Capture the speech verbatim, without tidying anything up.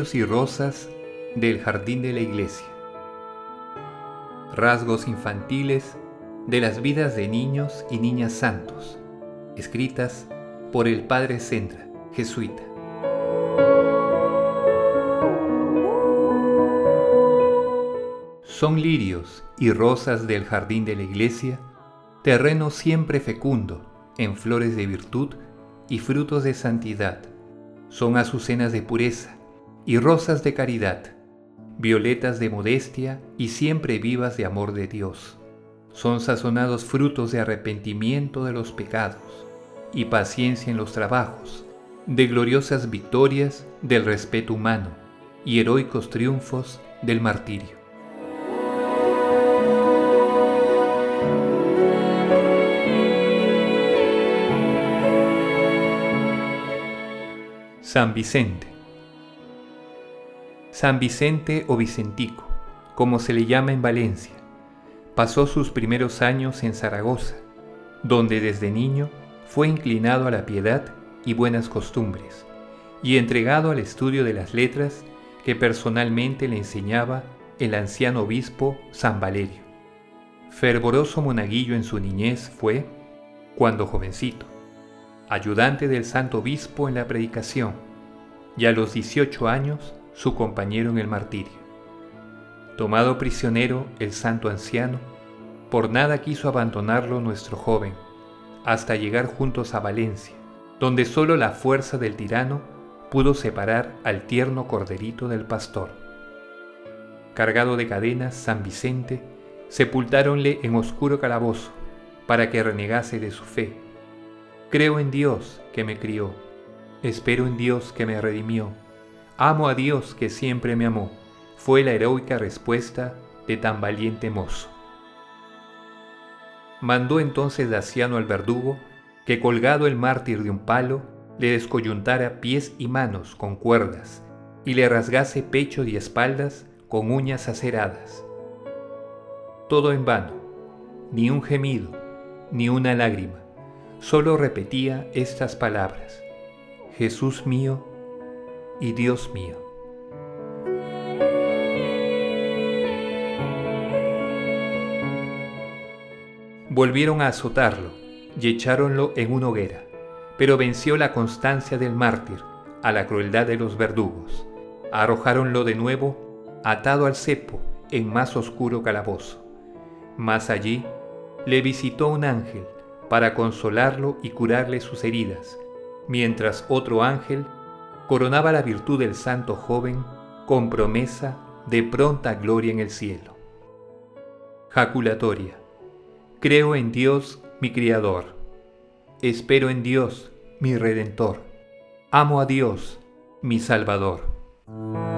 Lirios y rosas del jardín de la iglesia. Rasgos infantiles de las vidas de niños y niñas santos, escritas por el padre Sendra, jesuita. Son lirios y rosas del jardín de la iglesia, terreno siempre fecundo en flores de virtud y frutos de santidad. Son azucenas de pureza y rosas de caridad, violetas de modestia y siempre vivas de amor de Dios. Son sazonados frutos de arrepentimiento de los pecados y paciencia en los trabajos, de gloriosas victorias del respeto humano y heroicos triunfos del martirio. San Vicente. San Vicente o Vicentico, como se le llama en Valencia, pasó sus primeros años en Zaragoza, donde desde niño fue inclinado a la piedad y buenas costumbres, y entregado al estudio de las letras que personalmente le enseñaba el anciano obispo San Valerio. Fervoroso monaguillo en su niñez fue, cuando jovencito, ayudante del santo obispo en la predicación, y a los dieciocho años su compañero en el martirio. Tomado prisionero el santo anciano, por nada quiso abandonarlo nuestro joven, hasta llegar juntos a Valencia, donde solo la fuerza del tirano pudo separar al tierno corderito del pastor. Cargado de cadenas, San Vicente sepultáronle en oscuro calabozo para que renegase de su fe. Creo en Dios que me crió, espero en Dios que me redimió, amo a Dios que siempre me amó, fue la heroica respuesta de tan valiente mozo. Mandó entonces Daciano al verdugo que, colgado el mártir de un palo, le descoyuntara pies y manos con cuerdas y le rasgase pecho y espaldas con uñas aceradas. Todo en vano, ni un gemido, ni una lágrima, solo repetía estas palabras: Jesús mío y Dios mío. Volvieron a azotarlo y echáronlo en una hoguera, pero venció la constancia del mártir a la crueldad de los verdugos. Arrojáronlo de nuevo, atado al cepo, en más oscuro calabozo. Mas allí le visitó un ángel para consolarlo y curarle sus heridas, mientras otro ángel coronaba la virtud del santo joven con promesa de pronta gloria en el cielo. Jaculatoria. Creo en Dios, mi Criador. Espero en Dios, mi Redentor. Amo a Dios, mi Salvador.